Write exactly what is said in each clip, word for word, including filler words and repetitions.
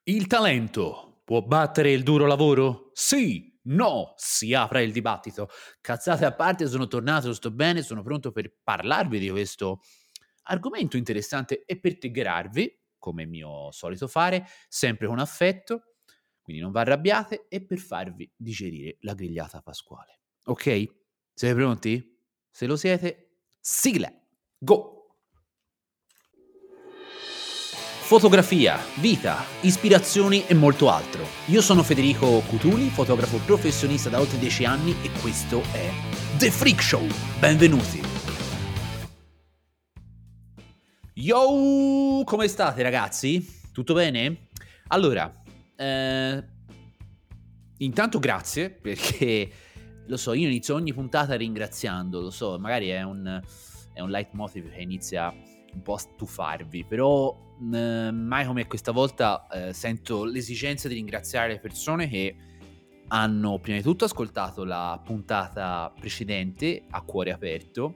Il talento può battere il duro lavoro? Sì, no, si apra il dibattito. Cazzate a parte, sono tornato, sto bene, sono pronto per parlarvi di questo argomento interessante e per triggerarvi, come è mio solito fare, sempre con affetto, quindi non vi arrabbiate, e per farvi digerire la grigliata pasquale. Ok? Siete pronti? Se lo siete, sigla! Go! Fotografia, vita, ispirazioni e molto altro. Io sono Federico Cutuli, fotografo professionista da oltre dieci anni e questo è The Freak Show. Benvenuti! Yo! Come state ragazzi? Tutto bene? Allora, eh, intanto grazie perché lo so, io inizio ogni puntata ringraziando, lo so, magari è un, è un leitmotiv che inizia un po' a stufarvi, però mh, mai come questa volta eh, sento l'esigenza di ringraziare le persone che hanno prima di tutto ascoltato la puntata precedente a cuore aperto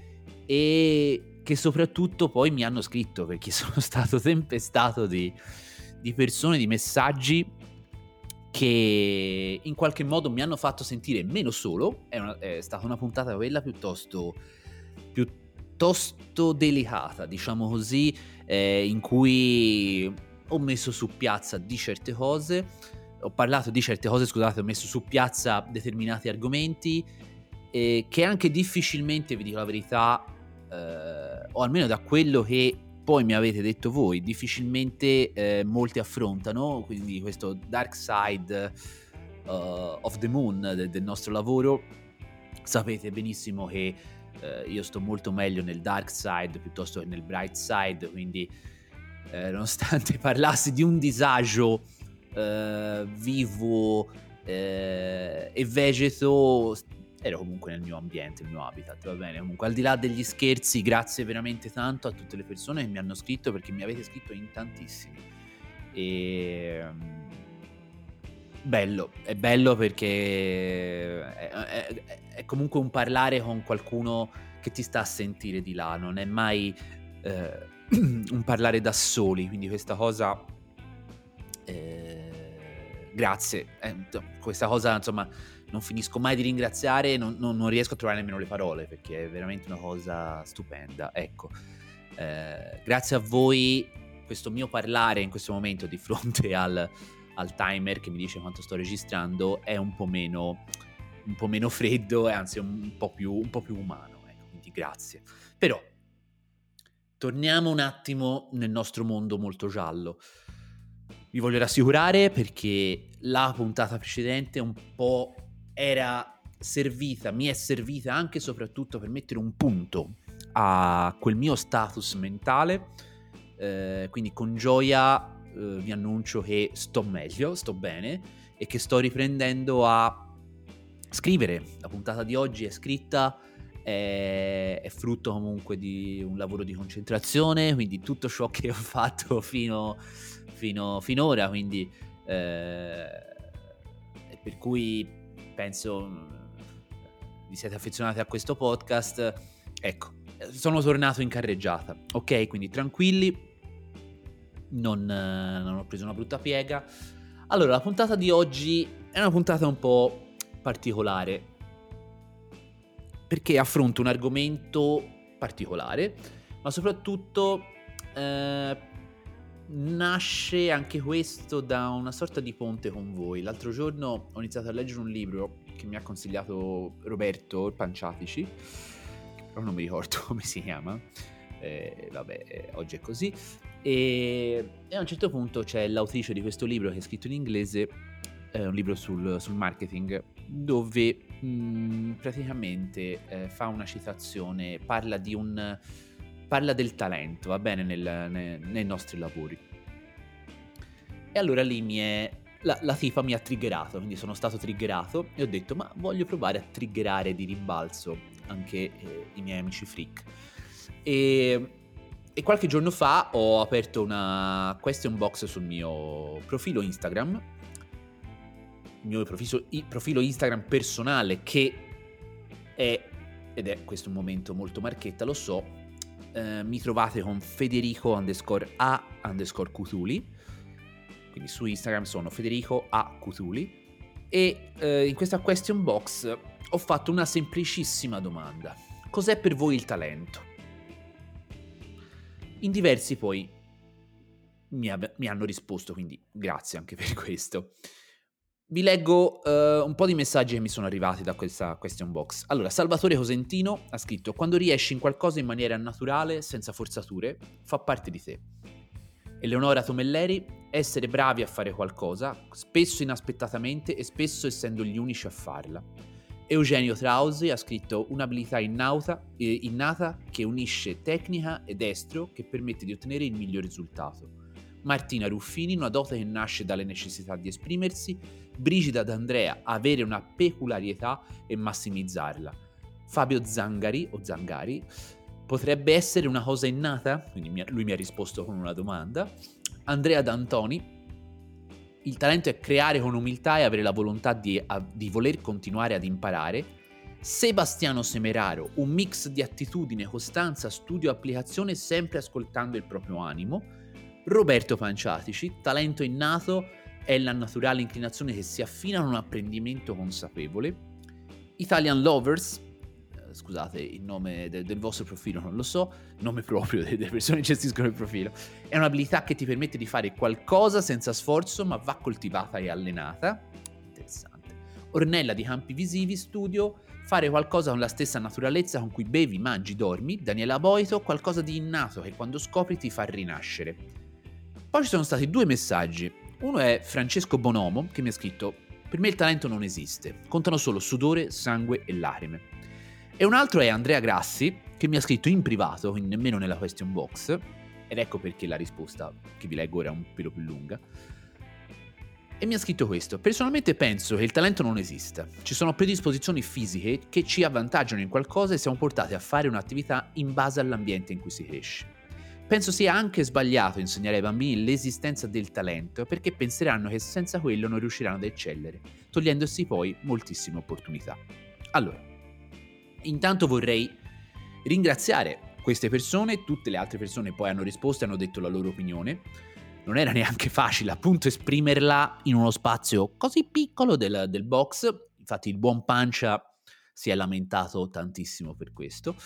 e che soprattutto poi mi hanno scritto, perché sono stato tempestato di, di persone, di messaggi che in qualche modo mi hanno fatto sentire meno solo. È, una, è stata una puntata quella piuttosto piuttosto delicata, diciamo così, eh, in cui ho messo su piazza di certe cose, ho parlato di certe cose, scusate, ho messo su piazza determinati argomenti eh, che anche difficilmente, vi dico la verità, eh, o almeno da quello che poi mi avete detto voi, difficilmente eh, molti affrontano, quindi questo dark side uh, of the moon de- del nostro lavoro. Sapete benissimo che eh, io sto molto meglio nel dark side piuttosto che nel bright side, quindi eh, nonostante parlassi di un disagio eh, vivo eh, e vegeto, ero comunque nel mio ambiente, il mio habitat, va bene? Comunque, al di là degli scherzi, grazie veramente tanto a tutte le persone che mi hanno scritto, perché mi avete scritto in tantissimi. E um, bello, è bello perché è, è, è comunque un parlare con qualcuno che ti sta a sentire di là, non è mai eh, un parlare da soli, quindi questa cosa eh, grazie, eh, questa cosa insomma non finisco mai di ringraziare, non, non, non riesco a trovare nemmeno le parole perché è veramente una cosa stupenda, ecco. Eh, grazie a voi questo mio parlare in questo momento di fronte al, al timer che mi dice quanto sto registrando è un po' meno, un po' meno freddo e anzi un po' più, un po' più umano, ecco, quindi grazie. Però torniamo un attimo nel nostro mondo molto giallo. Vi voglio rassicurare perché la puntata precedente un po' era servita, mi è servita anche e soprattutto per mettere un punto a quel mio status mentale, eh, quindi con gioia eh, vi annuncio che sto meglio, sto bene e che sto riprendendo a scrivere. La puntata di oggi è scritta, è, è frutto comunque di un lavoro di concentrazione, quindi tutto ciò che ho fatto fino, fino finora, quindi eh, e per cui penso vi siete affezionati a questo podcast, ecco, sono tornato in carreggiata, ok? Quindi tranquilli, non, non ho preso una brutta piega. Allora, la puntata di oggi è una puntata un po' particolare perché affronto un argomento particolare, ma soprattutto eh, nasce anche questo da una sorta di ponte con voi. L'altro giorno ho iniziato a leggere un libro che mi ha consigliato Roberto Panciatici, però non mi ricordo come si chiama, eh, vabbè, eh, oggi è così, e, e a un certo punto c'è l'autrice di questo libro che è scritto in inglese, è un libro sul, sul marketing, dove mh, praticamente eh, fa una citazione, parla di un parla del talento, va bene, nel, ne, nei nostri lavori. E allora lì mi è la, la tipa mi ha triggerato, quindi sono stato triggerato e ho detto ma voglio provare a triggerare di rimbalzo anche eh, i miei amici freak. E E qualche giorno fa ho aperto una question box sul mio profilo Instagram, il mio profilo, profilo Instagram personale, che è, ed è questo un momento molto marchetta, lo so, eh, mi trovate con Federico underscore A underscore Cutuli, quindi su Instagram sono Federico A. Cutuli, e eh, in questa question box ho fatto una semplicissima domanda: cos'è per voi il talento? In diversi poi mi, ab- mi hanno risposto, quindi grazie anche per questo. Vi leggo uh, un po' di messaggi che mi sono arrivati da questa question box. Allora, Salvatore Cosentino ha scritto: quando riesci in qualcosa in maniera naturale, senza forzature, fa parte di te. Eleonora Tomelleri: essere bravi a fare qualcosa, spesso inaspettatamente e spesso essendo gli unici a farla. Eugenio Trausi ha scritto: un'abilità innata, eh, innata che unisce tecnica ed estro che permette di ottenere il miglior risultato. Martina Ruffini: una dote che nasce dalle necessità di esprimersi. Brigida D'Andrea: avere una peculiarità e massimizzarla. Fabio Zangari o Zangari: potrebbe essere una cosa innata? Quindi lui mi ha risposto con una domanda. Andrea D'Antoni: il talento è creare con umiltà e avere la volontà di, a, di voler continuare ad imparare. Sebastiano Semeraro: un mix di attitudine, costanza, studio e applicazione, sempre ascoltando il proprio animo. Roberto Panciatici: talento innato è la naturale inclinazione che si affina a un apprendimento consapevole. Italian Lovers: eh, scusate il nome de- del vostro profilo non lo so, nome proprio delle persone che gestiscono il profilo, è un'abilità che ti permette di fare qualcosa senza sforzo ma va coltivata e allenata. Interessante. Ornella di Campi Visivi Studio: fare qualcosa con la stessa naturalezza con cui bevi, mangi, dormi. Daniela Boito: qualcosa di innato che quando scopri ti fa rinascere. Poi ci sono stati due messaggi. Uno è Francesco Bonomo che mi ha scritto: per me il talento non esiste, contano solo sudore, sangue e lacrime. E un altro è Andrea Grassi che mi ha scritto in privato, quindi nemmeno nella question box, ed ecco perché la risposta che vi leggo ora è un pelo più lunga. E mi ha scritto questo: personalmente penso che il talento non esista, ci sono predisposizioni fisiche che ci avvantaggiano in qualcosa e siamo portati a fare un'attività in base all'ambiente in cui si cresce. Penso sia anche sbagliato insegnare ai bambini l'esistenza del talento perché penseranno che senza quello non riusciranno ad eccellere, togliendosi poi moltissime opportunità. Allora, intanto vorrei ringraziare queste persone, tutte le altre persone poi hanno risposto e hanno detto la loro opinione. Non era neanche facile appunto esprimerla in uno spazio così piccolo del, del box, infatti il buon Pancia si è lamentato tantissimo per questo,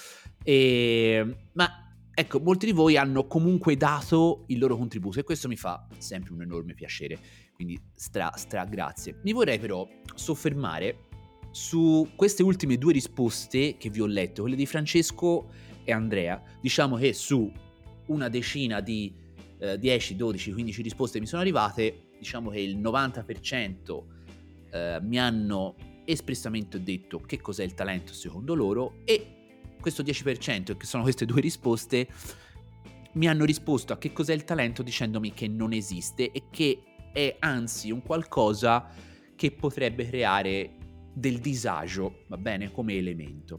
e, ma ecco, molti di voi hanno comunque dato il loro contributo e questo mi fa sempre un enorme piacere, quindi stra, stra grazie. Mi vorrei però soffermare su queste ultime due risposte che vi ho letto, quelle di Francesco e Andrea. Diciamo che su una decina di eh, dieci, dodici, quindici risposte che mi sono arrivate, diciamo che il novanta per cento eh, mi hanno espressamente detto che cos'è il talento secondo loro, e questo dieci per cento, che sono queste due risposte, mi hanno risposto a che cos'è il talento dicendomi che non esiste e che è anzi un qualcosa che potrebbe creare del disagio, va bene, come elemento.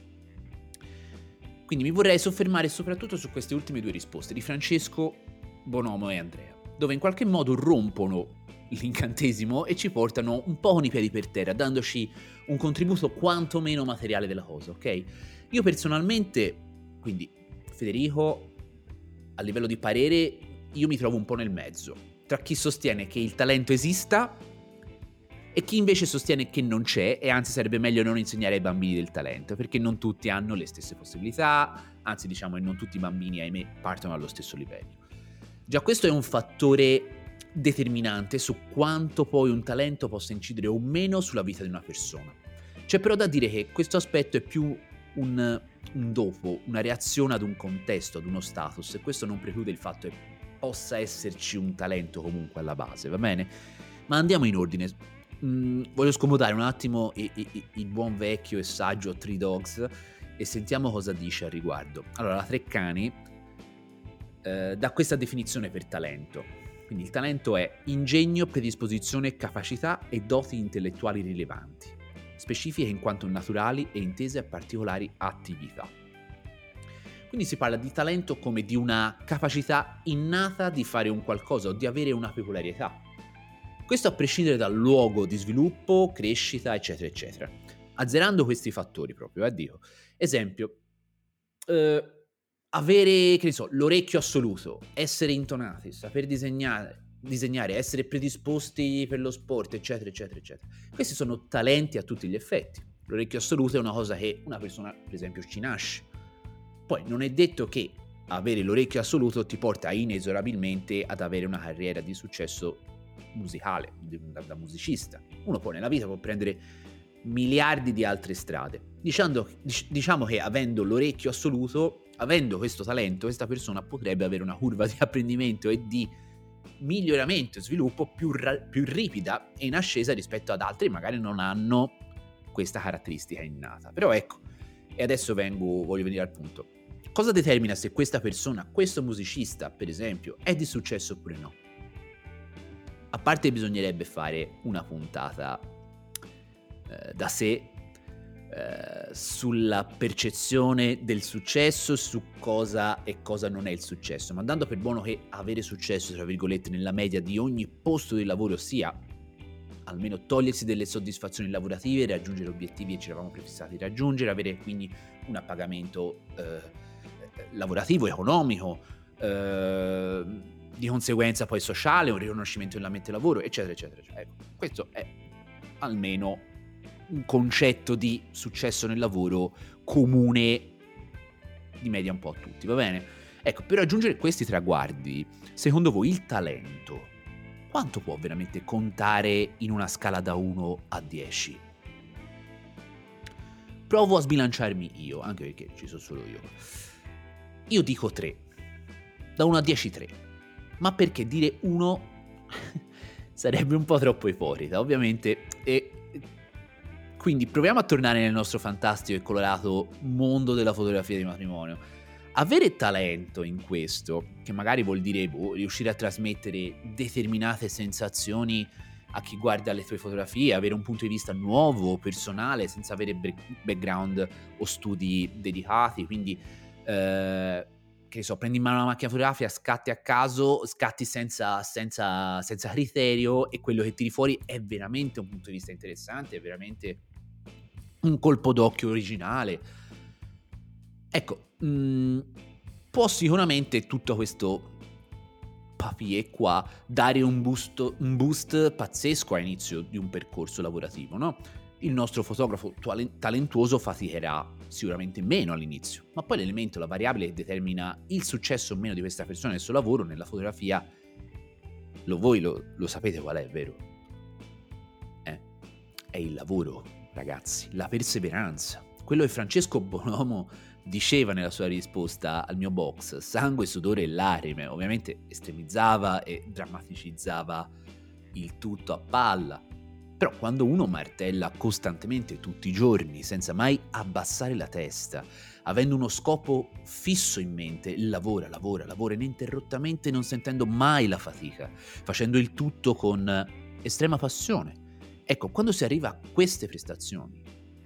Quindi mi vorrei soffermare soprattutto su queste ultime due risposte di Francesco, Bonomo e Andrea, dove in qualche modo rompono l'incantesimo e ci portano un po' con i piedi per terra, dandoci un contributo quantomeno materiale della cosa, ok? Io personalmente, quindi Federico, a livello di parere, io mi trovo un po' nel mezzo, tra chi sostiene che il talento esista e chi invece sostiene che non c'è e anzi sarebbe meglio non insegnare ai bambini del talento, perché non tutti hanno le stesse possibilità, anzi diciamo che non tutti i bambini, ahimè, partono allo stesso livello. Già questo è un fattore determinante su quanto poi un talento possa incidere o meno sulla vita di una persona. C'è però da dire che questo aspetto è più un, un dopo, una reazione ad un contesto, ad uno status, e questo non preclude il fatto che possa esserci un talento comunque alla base, va bene? Ma andiamo in ordine. Mm, voglio scomodare un attimo il, il, il buon vecchio e saggio Three Dogs e sentiamo cosa dice al riguardo. Allora, la Treccani eh, dà questa definizione per talento. Quindi il talento è ingegno, predisposizione, capacità e doti intellettuali rilevanti, specifiche in quanto naturali e intese a particolari attività. Quindi si parla di talento come di una capacità innata di fare un qualcosa o di avere una peculiarità. Questo a prescindere dal luogo di sviluppo, crescita, eccetera, eccetera. Azzerando questi fattori proprio, eh, dico. Esempio, eh, avere, che ne so, l'orecchio assoluto, essere intonati, saper disegnare, disegnare, essere predisposti per lo sport, eccetera, eccetera, eccetera. Questi sono talenti a tutti gli effetti. L'orecchio assoluto è una cosa che una persona, per esempio, ci nasce. Poi non è detto che avere l'orecchio assoluto ti porta inesorabilmente ad avere una carriera di successo musicale, da, da musicista. Uno poi nella vita può prendere miliardi di altre strade. Diciamo, diciamo che avendo l'orecchio assoluto, avendo questo talento, questa persona potrebbe avere una curva di apprendimento e di miglioramento e sviluppo più, ra- più ripida e in ascesa rispetto ad altri che magari non hanno questa caratteristica innata. Però ecco, e adesso vengo, voglio venire al punto. Cosa determina se questa persona, questo musicista per esempio, è di successo oppure no? A parte bisognerebbe fare una puntata eh, da sé eh, sulla percezione del successo, su cosa e cosa non è il successo, ma dando per buono che avere successo, tra virgolette, nella media di ogni posto di lavoro sia almeno togliersi delle soddisfazioni lavorative, raggiungere obiettivi che ci eravamo prefissati di raggiungere, avere quindi un appagamento eh, lavorativo, economico, eh, di conseguenza poi sociale, un riconoscimento nell'ambiente lavoro, eccetera, eccetera, eccetera. Ecco, questo è almeno un concetto di successo nel lavoro comune di media un po' a tutti, va bene? Ecco, per raggiungere questi traguardi, secondo voi il talento quanto può veramente contare in una scala da uno a dieci? Provo a sbilanciarmi io, anche perché ci sono solo io. Io dico tre. Da uno a dieci tre. Ma perché dire uno sarebbe un po' troppo ipocrita, ovviamente. E quindi proviamo a tornare nel nostro fantastico e colorato mondo della fotografia di matrimonio. Avere talento in questo, che magari vuol dire boh, riuscire a trasmettere determinate sensazioni a chi guarda le tue fotografie, avere un punto di vista nuovo, personale, senza avere background o studi dedicati, quindi eh, che so, prendi in mano una macchina fotografica, scatti a caso, scatti senza, senza, senza criterio e quello che tiri fuori è veramente un punto di vista interessante, è veramente un colpo d'occhio originale. Ecco, mh, può sicuramente tutto questo papier qua dare un boost, un boost pazzesco all'inizio di un percorso lavorativo, no? Il nostro fotografo talentuoso faticherà sicuramente meno all'inizio, ma poi l'elemento, la variabile che determina il successo o meno di questa persona nel suo lavoro, nella fotografia, lo voi lo, lo sapete qual è, vero? Eh, è il lavoro, ragazzi, la perseveranza. Quello che Francesco Bonomo diceva nella sua risposta al mio box, sangue, sudore e lacrime, ovviamente estremizzava e drammaticizzava il tutto a palla, però quando uno martella costantemente tutti i giorni, senza mai abbassare la testa, avendo uno scopo fisso in mente, lavora, lavora, lavora ininterrottamente, non sentendo mai la fatica, facendo il tutto con estrema passione. Ecco, quando si arriva a queste prestazioni,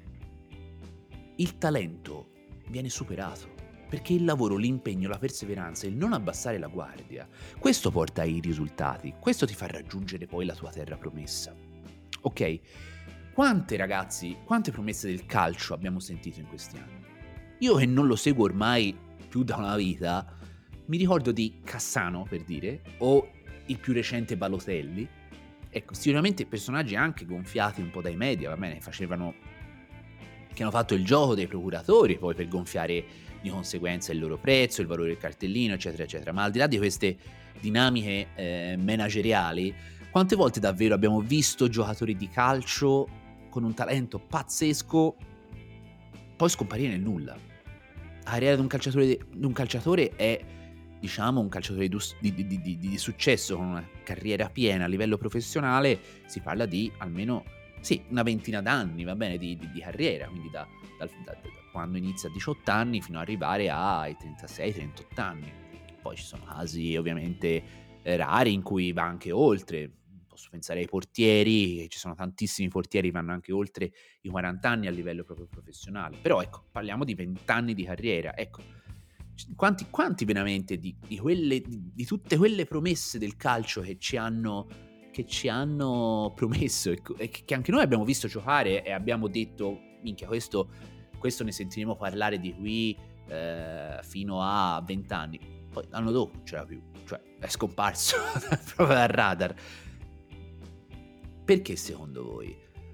il talento viene superato, perché il lavoro, l'impegno, la perseveranza, il non abbassare la guardia, questo porta ai risultati, questo ti fa raggiungere poi la tua terra promessa. Ok? Quante ragazzi, quante promesse del calcio abbiamo sentito in questi anni? Io che non lo seguo ormai più da una vita, mi ricordo di Cassano, per dire, o il più recente Balotelli. Ecco, sicuramente personaggi anche gonfiati un po' dai media, va bene, facevano, che hanno fatto il gioco dei procuratori poi per gonfiare di conseguenza il loro prezzo, il valore del cartellino, eccetera, eccetera. Ma al di là di queste dinamiche eh, manageriali, quante volte davvero abbiamo visto giocatori di calcio con un talento pazzesco poi scomparire nel nulla? La carriera di un calciatore, di un calciatore è, diciamo, un calciatore di, di, di, di, di successo con una carriera piena a livello professionale, si parla di almeno sì, una ventina d'anni, va bene, di, di, di carriera, quindi da, da, da, da quando inizia a diciotto anni fino ad arrivare ai trentasei trentotto anni. Poi ci sono casi ovviamente eh, rari in cui va anche oltre. Posso pensare ai portieri, ci sono tantissimi portieri che vanno anche oltre i quaranta anni a livello proprio professionale. Però ecco, parliamo di venti anni di carriera. Ecco, quanti, quanti veramente di, di, quelle, di, di tutte quelle promesse del calcio che ci hanno... che ci hanno promesso e che anche noi abbiamo visto giocare e abbiamo detto minchia, questo, questo ne sentiremo parlare di qui eh, fino a venti anni. poi l'anno dopo non c'era più, cioè è scomparso proprio dal radar. Perché secondo voi?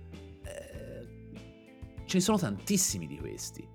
Ehm, ce ne sono tantissimi di questi.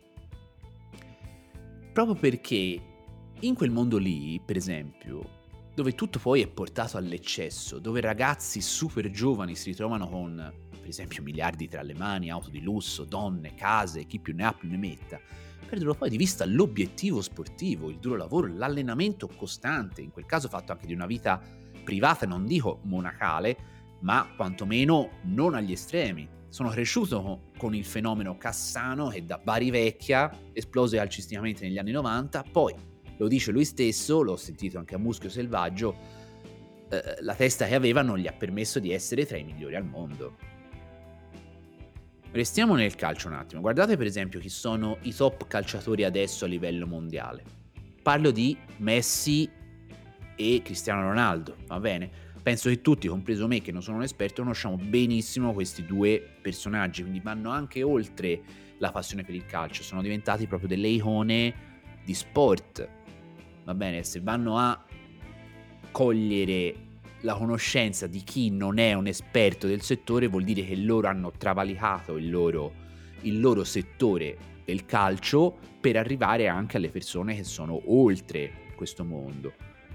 Proprio perché in quel mondo lì, per esempio, dove tutto poi è portato all'eccesso, dove ragazzi super giovani si ritrovano con, per esempio, miliardi tra le mani, auto di lusso, donne, case, chi più ne ha più ne metta, perdono poi di vista l'obiettivo sportivo, il duro lavoro, l'allenamento costante, in quel caso fatto anche di una vita privata, non dico monacale, ma quantomeno non agli estremi. Sono cresciuto co- con il fenomeno Cassano che da Bari Vecchia esplose calcisticamente negli anni novanta, poi lo dice lui stesso, l'ho sentito anche a Muschio Selvaggio, eh, la testa che aveva non gli ha permesso di essere tra i migliori al mondo. Restiamo nel calcio un attimo, guardate per esempio chi sono i top calciatori adesso a livello mondiale. Parlo di Messi e Cristiano Ronaldo, va bene? Penso che tutti, compreso me che non sono un esperto, conosciamo benissimo questi due personaggi, quindi vanno anche oltre la passione per il calcio, sono diventati proprio delle icone di sport, va bene? Se vanno a cogliere la conoscenza di chi non è un esperto del settore, vuol dire che loro hanno travalicato il loro, il loro settore del calcio per arrivare anche alle persone che sono oltre questo mondo.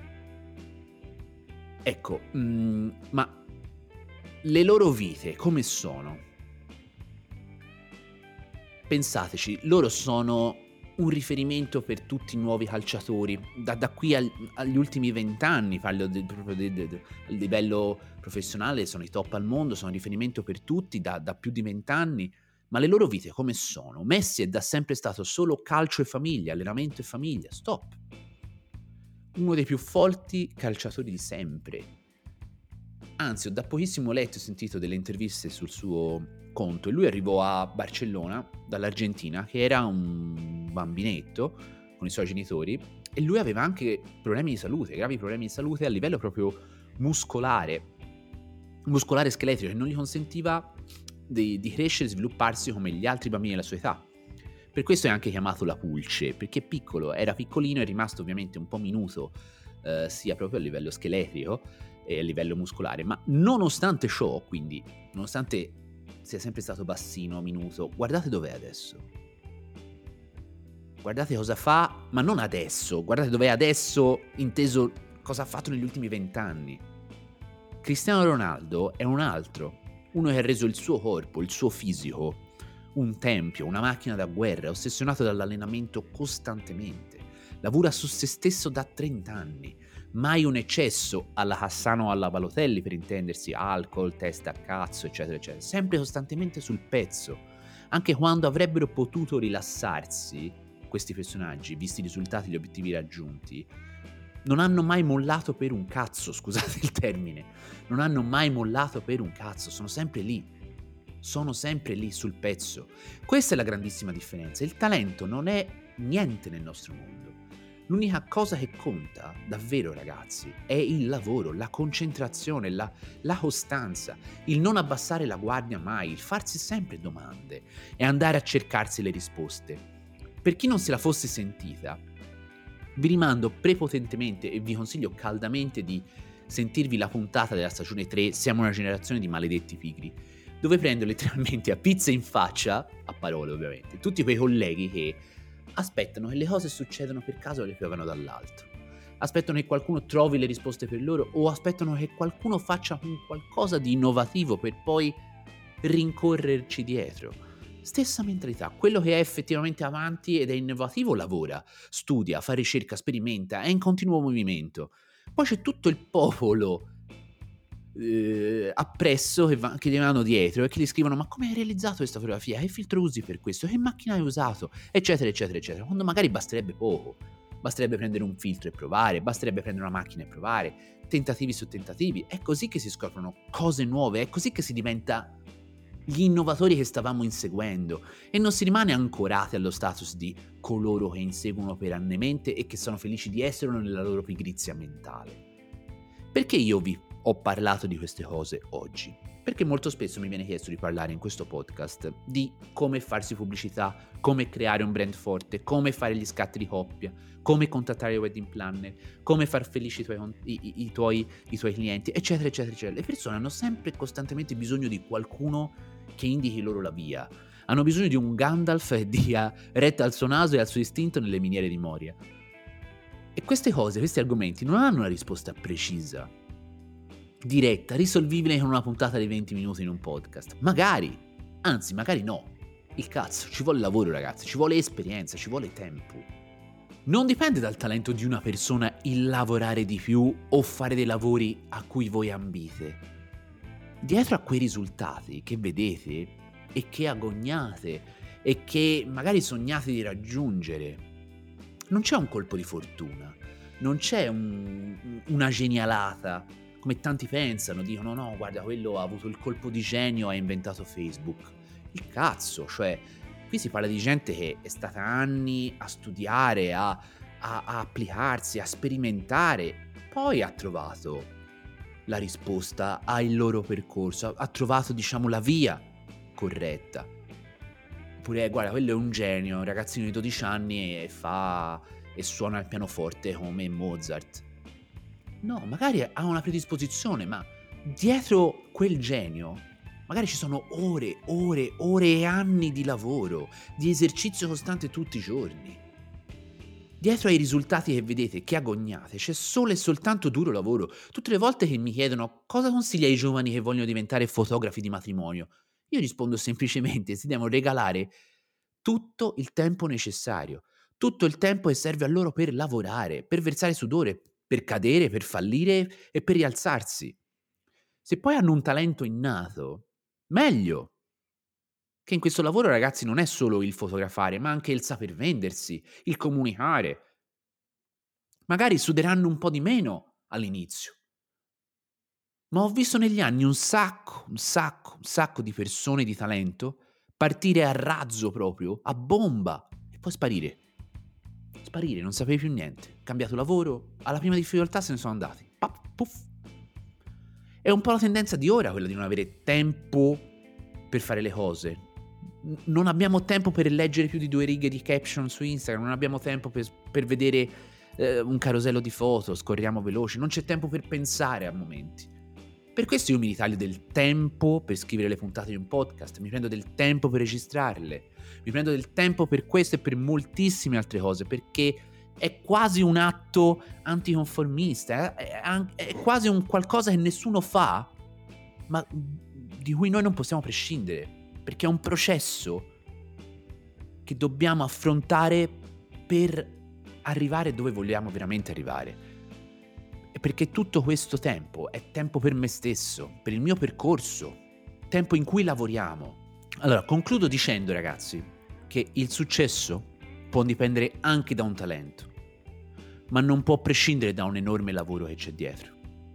Ecco, mm, ma le loro vite come sono? Pensateci, loro sono un riferimento per tutti i nuovi calciatori. Da, da qui al- agli ultimi vent'anni, parlo de- proprio de- de- de- a livello professionale, sono i top al mondo, sono un riferimento per tutti da, da più di vent'anni. Ma le loro vite come sono? Messi è da sempre stato solo calcio e famiglia, allenamento e famiglia. Stop. Uno dei più forti calciatori di sempre. Anzi, ho da pochissimo letto e sentito delle interviste sul suo conto e lui arrivò a Barcellona dall'Argentina, che era un bambinetto con i suoi genitori, e lui aveva anche problemi di salute, gravi problemi di salute a livello proprio muscolare, muscolare scheletrico, che non gli consentiva di, di crescere e svilupparsi come gli altri bambini della sua età. Per questo è anche chiamato la pulce, perché è piccolo, era piccolino, è rimasto ovviamente un po' minuto, eh, sia proprio a livello scheletrico e a livello muscolare, ma nonostante ciò, quindi nonostante sia sempre stato bassino, minuto, guardate dov'è adesso. Guardate cosa fa, ma non adesso, guardate dov'è adesso, inteso cosa ha fatto negli ultimi vent'anni. Cristiano Ronaldo è un altro, uno che ha reso il suo corpo, il suo fisico, un tempio, una macchina da guerra, ossessionato dall'allenamento costantemente. Lavora su se stesso da trenta anni. Mai un eccesso alla Cassano o alla Balotelli, per intendersi, alcol, testa a cazzo, eccetera, eccetera. Sempre costantemente sul pezzo. Anche quando avrebbero potuto rilassarsi, questi personaggi, visti i risultati e gli obiettivi raggiunti, non hanno mai mollato per un cazzo, scusate il termine. Non hanno mai mollato per un cazzo, sono sempre lì. Sono sempre lì sul pezzo. Questa è la grandissima differenza. Il talento non è niente nel nostro mondo. L'unica cosa che conta, davvero ragazzi, è il lavoro, la concentrazione, la, la costanza, il non abbassare la guardia mai, il farsi sempre domande e andare a cercarsi le risposte. Per chi non se la fosse sentita, vi rimando prepotentemente e vi consiglio caldamente di sentirvi la puntata della stagione tre, Siamo una generazione di maledetti pigri, dove prendo letteralmente a pizza in faccia, a parole ovviamente, tutti quei colleghi che aspettano che le cose succedano per caso e le piovano dall'alto. Aspettano che qualcuno trovi le risposte per loro o aspettano che qualcuno faccia un qualcosa di innovativo per poi rincorrerci dietro. Stessa mentalità, quello che è effettivamente avanti ed è innovativo lavora, studia, fa ricerca, sperimenta, è in continuo movimento. Poi c'è tutto il popolo eh, appresso che, va, che vanno dietro e che gli scrivono: ma come hai realizzato questa fotografia? Che filtro usi per questo? Che macchina hai usato? Eccetera eccetera eccetera, quando magari basterebbe poco, basterebbe prendere un filtro e provare, basterebbe prendere una macchina e provare, tentativi su tentativi. È così che si scoprono cose nuove, è così che si diventa gli innovatori che stavamo inseguendo e non si rimane ancorati allo status di coloro che inseguono perennemente e che sono felici di esserlo nella loro pigrizia mentale. Perché io vi ho parlato di queste cose oggi? Perché molto spesso mi viene chiesto di parlare in questo podcast di come farsi pubblicità, come creare un brand forte, come fare gli scatti di coppia, come contattare i wedding planner, come far felici i tuoi, con- i, i- i tuoi, i tuoi clienti, eccetera, eccetera, eccetera. Le persone hanno sempre e costantemente bisogno di qualcuno che indichi loro la via. Hanno bisogno di un Gandalf che dia retta al suo naso e al suo istinto nelle miniere di Moria. E queste cose, questi argomenti non hanno una risposta precisa, diretta, risolvibile con una puntata di venti minuti in un podcast. Magari, anzi magari no. Il cazzo, ci vuole lavoro ragazzi, ci vuole esperienza, ci vuole tempo. Non dipende dal talento di una persona il lavorare di più o fare dei lavori a cui voi ambite. Dietro a quei risultati che vedete e che agognate e che magari sognate di raggiungere, non c'è un colpo di fortuna, non c'è un, una genialata, come tanti pensano, dicono no, guarda, quello ha avuto il colpo di genio e ha inventato Facebook. Il cazzo, cioè, qui si parla di gente che è stata anni a studiare, a, a, a applicarsi, a sperimentare, poi ha trovato la risposta al loro percorso, ha trovato, diciamo, la via corretta. Oppure, guarda, quello è un genio, un ragazzino di dodici anni e fa e suona il pianoforte come Mozart. No, magari ha una predisposizione, ma dietro quel genio magari ci sono ore, ore, ore e anni di lavoro, di esercizio costante tutti i giorni. Dietro ai risultati che vedete, che agognate, c'è solo e soltanto duro lavoro. Tutte le volte che mi chiedono cosa consiglia ai giovani che vogliono diventare fotografi di matrimonio, io rispondo semplicemente: si devono regalare tutto il tempo necessario, tutto il tempo che serve a loro per lavorare, per versare sudore, per cadere, per fallire e per rialzarsi. Se poi hanno un talento innato, meglio. Che in questo lavoro, ragazzi, non è solo il fotografare, ma anche il saper vendersi, il comunicare. Magari suderanno un po' di meno all'inizio, ma ho visto negli anni un sacco, un sacco, un sacco di persone di talento partire a razzo proprio, a bomba, e poi sparire. Sparire, non sapevi più niente. Cambiato lavoro, alla prima difficoltà se ne sono andati. Pap, puff. È un po' la tendenza di ora quella di non avere tempo per fare le cose. N- non abbiamo tempo per leggere più di due righe di caption su Instagram, non abbiamo tempo per, per vedere eh, un carosello di foto, scorriamo veloci, non c'è tempo per pensare a momenti. Per questo io mi ritaglio del tempo per scrivere le puntate di un podcast, mi prendo del tempo per registrarle, mi prendo del tempo per questo e per moltissime altre cose, perché è quasi un atto anticonformista, è, è, è quasi un qualcosa che nessuno fa, ma di cui noi non possiamo prescindere, perché è un processo che dobbiamo affrontare per arrivare dove vogliamo veramente arrivare. E perché tutto questo tempo è tempo per me stesso, per il mio percorso, tempo in cui lavoriamo. Allora, concludo dicendo, ragazzi, che il successo può dipendere anche da un talento, ma non può prescindere da un enorme lavoro che c'è dietro.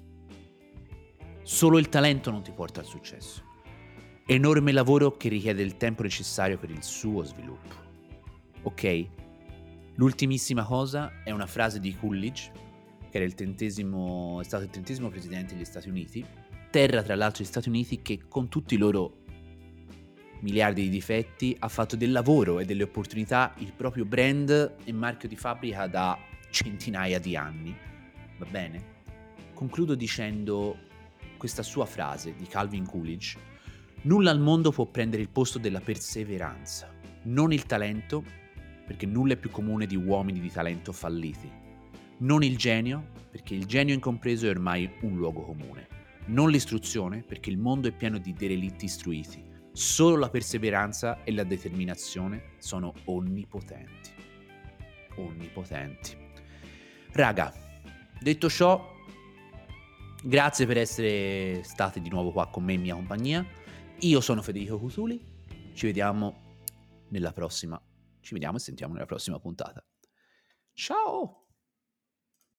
Solo il talento non ti porta al successo. Enorme lavoro che richiede il tempo necessario per il suo sviluppo. Ok? L'ultimissima cosa è una frase di Coolidge, che era il trentesimo, è stato il trentesimo presidente degli Stati Uniti, terra tra l'altro gli Stati Uniti che con tutti i loro miliardi di difetti ha fatto del lavoro e delle opportunità il proprio brand e marchio di fabbrica da centinaia di anni. Va bene? Concludo dicendo questa sua frase di Calvin Coolidge: nulla al mondo può prendere il posto della perseveranza, non il talento, perché nulla è più comune di uomini di talento falliti, non il genio, perché il genio incompreso è ormai un luogo comune, non l'istruzione, perché il mondo è pieno di derelitti istruiti, solo la perseveranza e la determinazione sono onnipotenti. Onnipotenti. Raga, detto ciò, grazie per essere stati di nuovo qua con me in mia compagnia. Io sono Federico Cutuli, ci vediamo nella prossima, ci vediamo e sentiamo nella prossima puntata. Ciao!